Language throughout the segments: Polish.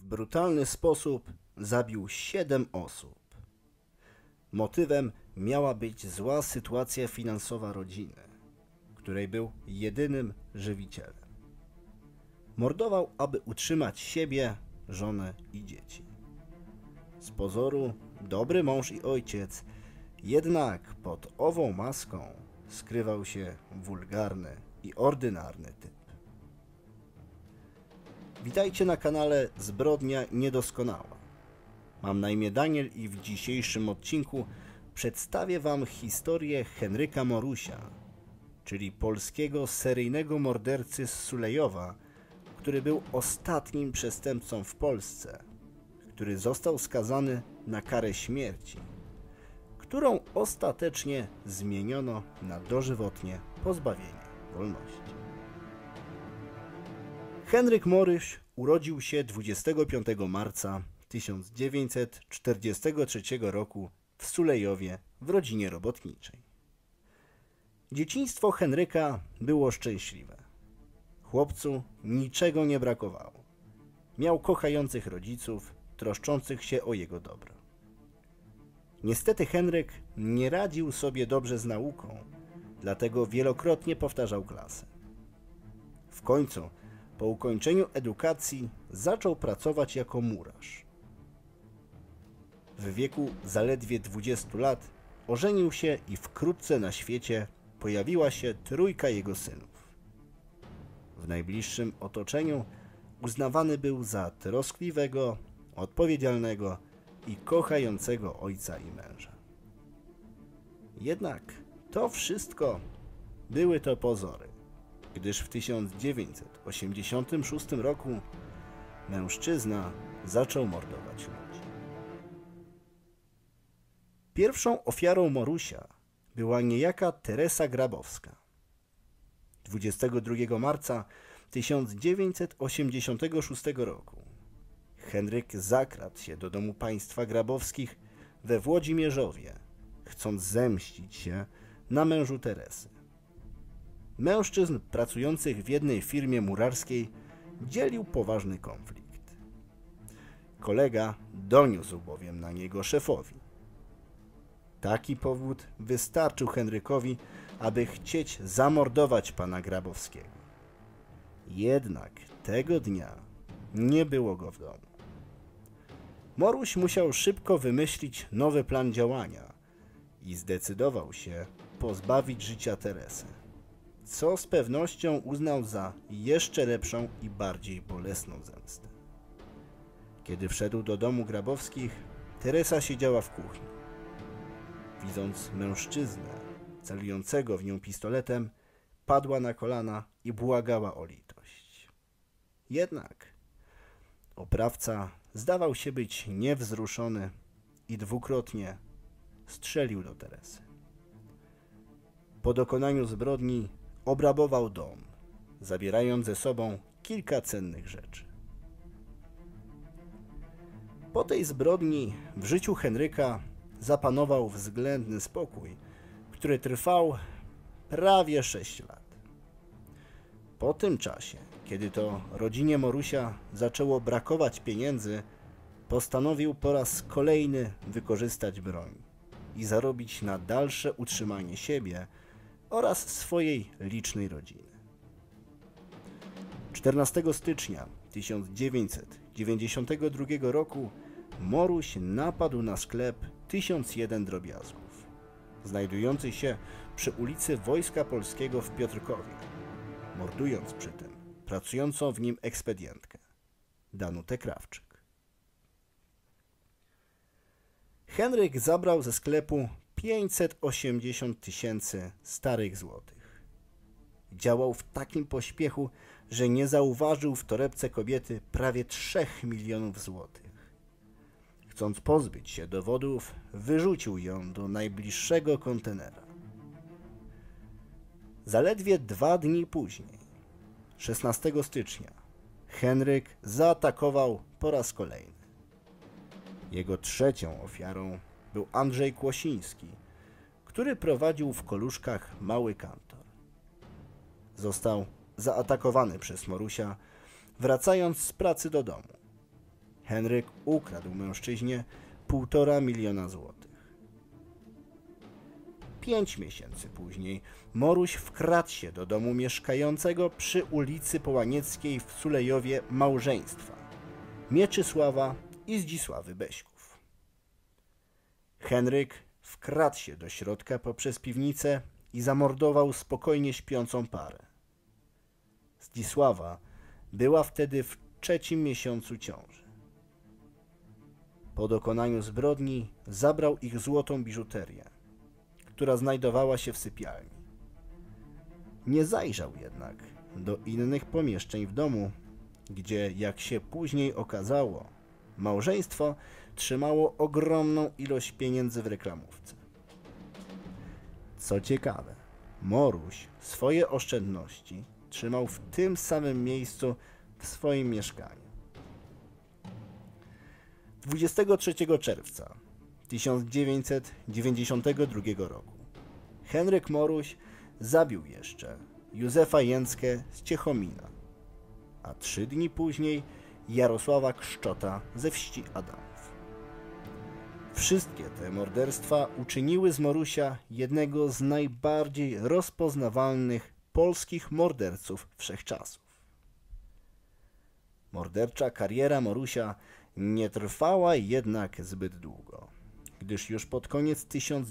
brutalny sposób zabił 7 osób. Motywem miała być zła sytuacja finansowa rodziny, której był jedynym żywicielem. Mordował, aby utrzymać siebie, żonę i dzieci. Z pozoru dobry mąż i ojciec, jednak pod ową maską skrywał się wulgarny i ordynarny typ. Witajcie na kanale Zbrodnia Niedoskonała. Mam na imię Daniel i w dzisiejszym odcinku przedstawię Wam historię Henryka Morusia, czyli polskiego seryjnego mordercy z Sulejowa, który był ostatnim przestępcą w Polsce, który został skazany na karę śmierci, którą ostatecznie zmieniono na dożywotnie pozbawienie wolności. Henryk Moruś urodził się 25 marca 1943 roku w Sulejowie w rodzinie robotniczej. Dzieciństwo Henryka było szczęśliwe. Chłopcu niczego nie brakowało. Miał kochających rodziców, troszczących się o jego dobro. Niestety Henryk nie radził sobie dobrze z nauką, dlatego wielokrotnie powtarzał klasę. W końcu, po ukończeniu edukacji, zaczął pracować jako murarz. W wieku zaledwie 20 lat ożenił się i wkrótce na świecie pojawiła się trójka jego synów. W najbliższym otoczeniu uznawany był za troskliwego, odpowiedzialnego i kochającego ojca i męża. Jednak to wszystko były to pozory, gdyż w 1986 roku mężczyzna zaczął mordować ludzi. Pierwszą ofiarą Morusia była niejaka Teresa Grabowska. 22 marca 1986 roku Henryk zakradł się do domu państwa Grabowskich we Włodzimierzowie, chcąc zemścić się na mężu Teresy. Mężczyzn pracujących w jednej firmie murarskiej dzielił poważny konflikt. Kolega doniósł bowiem na niego szefowi. Taki powód wystarczył Henrykowi, aby chcieć zamordować pana Grabowskiego. Jednak tego dnia nie było go w domu. Moruś musiał szybko wymyślić nowy plan działania i zdecydował się pozbawić życia Teresę, co z pewnością uznał za jeszcze lepszą i bardziej bolesną zemstę. Kiedy wszedł do domu Grabowskich, Teresa siedziała w kuchni. Widząc mężczyznę celującego w nią pistoletem, padła na kolana i błagała o litość. Jednak oprawca zdawał się być niewzruszony i dwukrotnie strzelił do Teresy. Po dokonaniu zbrodni obrabował dom, zabierając ze sobą kilka cennych rzeczy. Po tej zbrodni w życiu Henryka zapanował względny spokój, który trwał prawie 6 lat. Po tym czasie, kiedy to rodzinie Morusia zaczęło brakować pieniędzy, postanowił po raz kolejny wykorzystać broń i zarobić na dalsze utrzymanie siebie oraz swojej licznej rodziny. 14 stycznia 1992 roku Moruś napadł na sklep 1001 drobiazgów, znajdujący się przy ulicy Wojska Polskiego w Piotrkowie, mordując przy tym pracującą w nim ekspedientkę, Danutę Krawczyk. Henryk zabrał ze sklepu 580 000 starych złotych. Działał w takim pośpiechu, że nie zauważył w torebce kobiety prawie 3 milionów złotych. Chcąc pozbyć się dowodów, wyrzucił ją do najbliższego kontenera. Zaledwie 2 dni później, 16 stycznia, Henryk zaatakował po raz kolejny. Jego trzecią ofiarą był Andrzej Kłosiński, który prowadził w Koluszkach mały kantor. Został zaatakowany przez Morusia, wracając z pracy do domu. Henryk ukradł mężczyźnie 1,5 miliona złotych. 5 miesięcy później Moruś wkradł się do domu mieszkającego przy ulicy Połanieckiej w Sulejowie małżeństwa Mieczysława i Zdzisławy Beśków. Henryk wkradł się do środka poprzez piwnicę i zamordował spokojnie śpiącą parę. Zdzisława była wtedy w 3. miesiącu ciąży. Po dokonaniu zbrodni zabrał ich złotą biżuterię, która znajdowała się w sypialni. Nie zajrzał jednak do innych pomieszczeń w domu, gdzie, jak się później okazało, małżeństwo trzymało ogromną ilość pieniędzy w reklamówce. Co ciekawe, Moruś swoje oszczędności trzymał w tym samym miejscu w swoim mieszkaniu. 23 czerwca 1992 roku Henryk Moruś zabił jeszcze Józefa Jęckę z Ciechomina, a 3 dni później Jarosława Kszczota ze wsi Adamów. Wszystkie te morderstwa uczyniły z Morusia jednego z najbardziej rozpoznawalnych polskich morderców wszechczasów. Mordercza kariera Morusia nie trwała jednak zbyt długo, gdyż już pod koniec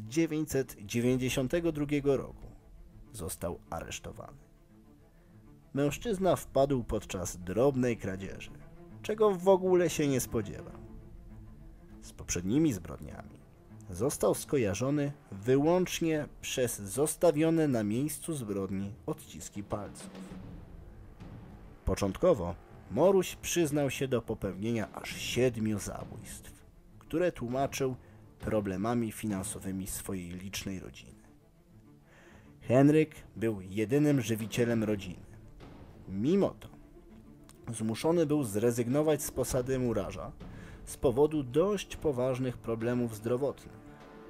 1992 roku został aresztowany. Mężczyzna wpadł podczas drobnej kradzieży, czego w ogóle się nie spodziewał. Z poprzednimi zbrodniami został skojarzony wyłącznie przez zostawione na miejscu zbrodni odciski palców. Początkowo Moruś przyznał się do popełnienia aż 7 zabójstw, które tłumaczył problemami finansowymi swojej licznej rodziny. Henryk był jedynym żywicielem rodziny. Mimo to zmuszony był zrezygnować z posady murarza z powodu dość poważnych problemów zdrowotnych.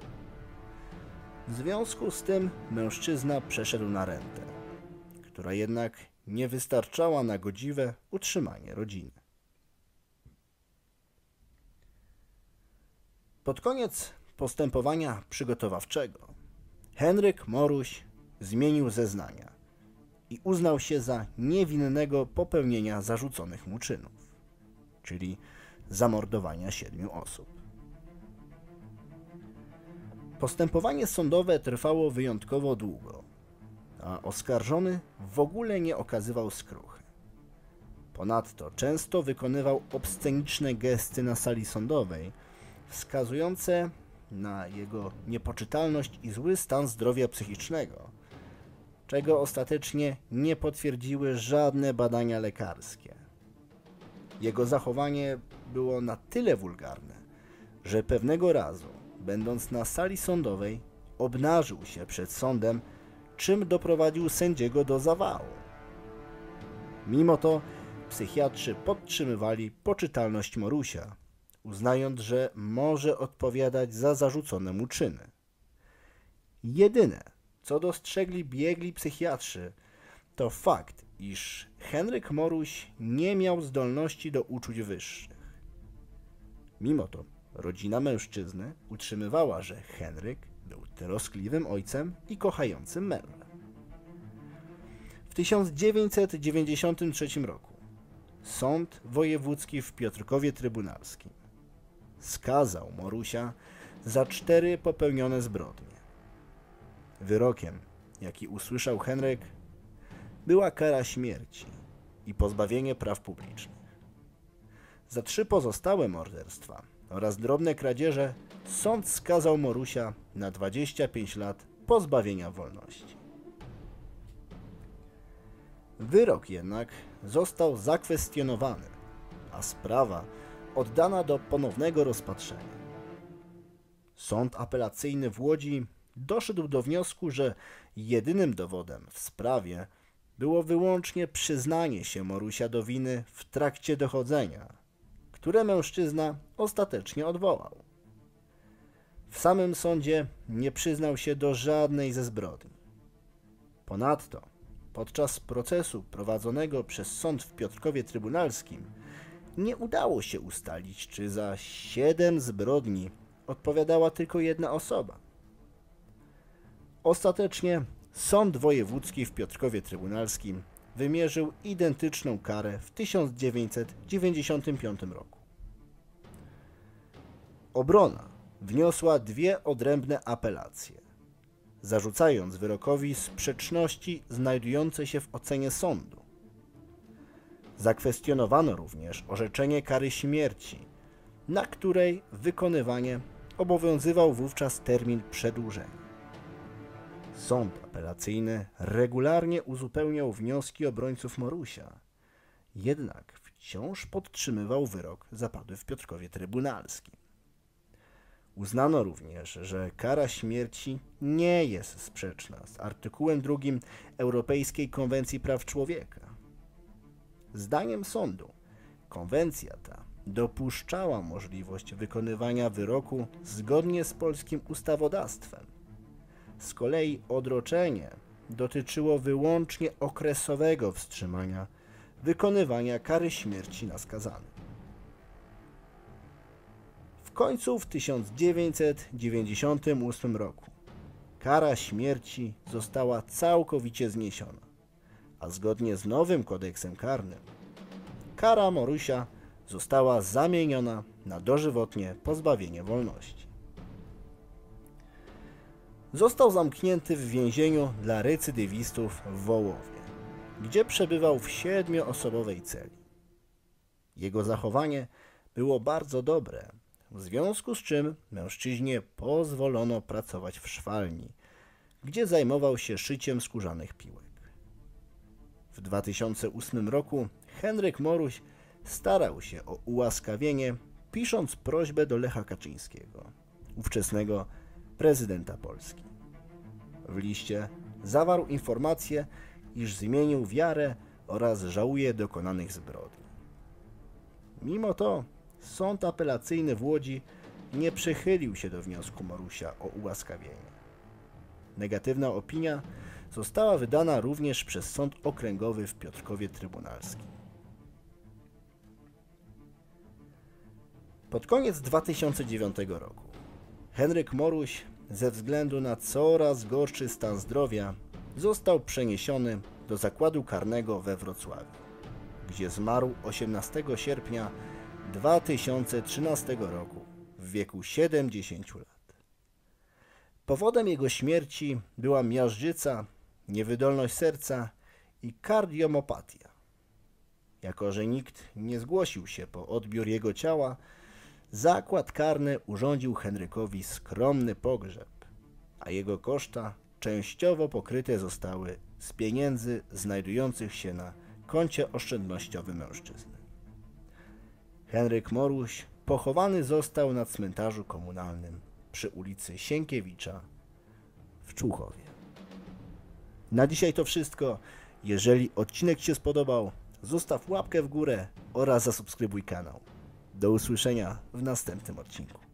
W związku z tym mężczyzna przeszedł na rentę, która jednak nie wystarczała na godziwe utrzymanie rodziny. Pod koniec postępowania przygotowawczego Henryk Moruś zmienił zeznania i uznał się za niewinnego popełnienia zarzuconych mu czynów, czyli zamordowania 7 osób. Postępowanie sądowe trwało wyjątkowo długo, a oskarżony w ogóle nie okazywał skruchy. Ponadto często wykonywał obsceniczne gesty na sali sądowej, wskazujące na jego niepoczytalność i zły stan zdrowia psychicznego, czego ostatecznie nie potwierdziły żadne badania lekarskie. Jego zachowanie było na tyle wulgarne, że pewnego razu, będąc na sali sądowej, obnażył się przed sądem, czym doprowadził sędziego do zawału. Mimo to psychiatrzy podtrzymywali poczytalność Morusia, uznając, że może odpowiadać za zarzucone mu czyny. Jedyne, co dostrzegli biegli psychiatrzy, to fakt, iż Henryk Moruś nie miał zdolności do uczuć wyższych. Mimo to rodzina mężczyzny utrzymywała, że Henryk był troskliwym ojcem i kochającym mężem. W 1993 roku Sąd Wojewódzki w Piotrkowie Trybunalskim skazał Morusia za 4 popełnione zbrodnie. Wyrokiem, jaki usłyszał Henryk, była kara śmierci i pozbawienie praw publicznych. Za 3 pozostałe morderstwa oraz drobne kradzieże sąd skazał Morusia na 25 lat pozbawienia wolności. Wyrok jednak został zakwestionowany, a sprawa oddana do ponownego rozpatrzenia. Sąd apelacyjny w Łodzi doszedł do wniosku, że jedynym dowodem w sprawie było wyłącznie przyznanie się Morusia do winy w trakcie dochodzenia, które mężczyzna ostatecznie odwołał. W samym sądzie nie przyznał się do żadnej ze zbrodni. Ponadto podczas procesu prowadzonego przez sąd w Piotrkowie Trybunalskim nie udało się ustalić, czy za 7 zbrodni odpowiadała tylko jedna osoba. Ostatecznie Sąd Wojewódzki w Piotrkowie Trybunalskim wymierzył identyczną karę w 1995 roku. Obrona wniosła 2 odrębne apelacje, zarzucając wyrokowi sprzeczności znajdujące się w ocenie sądu. Zakwestionowano również orzeczenie kary śmierci, na której wykonywanie obowiązywał wówczas termin przedłużenia. Sąd apelacyjny regularnie uzupełniał wnioski obrońców Morusia, jednak wciąż podtrzymywał wyrok zapadły w Piotrkowie Trybunalskim. Uznano również, że kara śmierci nie jest sprzeczna z artykułem 2 Europejskiej Konwencji Praw Człowieka. Zdaniem sądu konwencja ta dopuszczała możliwość wykonywania wyroku zgodnie z polskim ustawodawstwem. Z kolei odroczenie dotyczyło wyłącznie okresowego wstrzymania wykonywania kary śmierci na skazanym. W końcu w 1998 roku kara śmierci została całkowicie zniesiona, a zgodnie z nowym kodeksem karnym kara Morusia została zamieniona na dożywotnie pozbawienie wolności. Został zamknięty w więzieniu dla recydywistów w Wołowie, gdzie przebywał w 7-osobowej celi. Jego zachowanie było bardzo dobre, w związku z czym mężczyźnie pozwolono pracować w szwalni, gdzie zajmował się szyciem skórzanych piłek. W 2008 roku Henryk Moruś starał się o ułaskawienie, pisząc prośbę do Lecha Kaczyńskiego, ówczesnego prezydenta Polski. W liście zawarł informację, iż zmienił wiarę oraz żałuje dokonanych zbrodni. Mimo to Sąd Apelacyjny w Łodzi nie przychylił się do wniosku Morusia o ułaskawienie. Negatywna opinia została wydana również przez Sąd Okręgowy w Piotrkowie Trybunalskim. Pod koniec 2009 roku Henryk Moruś ze względu na coraz gorszy stan zdrowia został przeniesiony do zakładu karnego we Wrocławiu, gdzie zmarł 18 sierpnia 2013 roku w wieku 70 lat. Powodem jego śmierci była miażdżyca, niewydolność serca i kardiomopatia. Jako że nikt nie zgłosił się po odbiór jego ciała, zakład karny urządził Henrykowi skromny pogrzeb, a jego koszta częściowo pokryte zostały z pieniędzy znajdujących się na koncie oszczędnościowym mężczyzny. Henryk Moruś pochowany został na cmentarzu komunalnym przy ulicy Sienkiewicza w Człuchowie. Na dzisiaj to wszystko. Jeżeli odcinek Ci się spodobał, zostaw łapkę w górę oraz zasubskrybuj kanał. Do usłyszenia w następnym odcinku.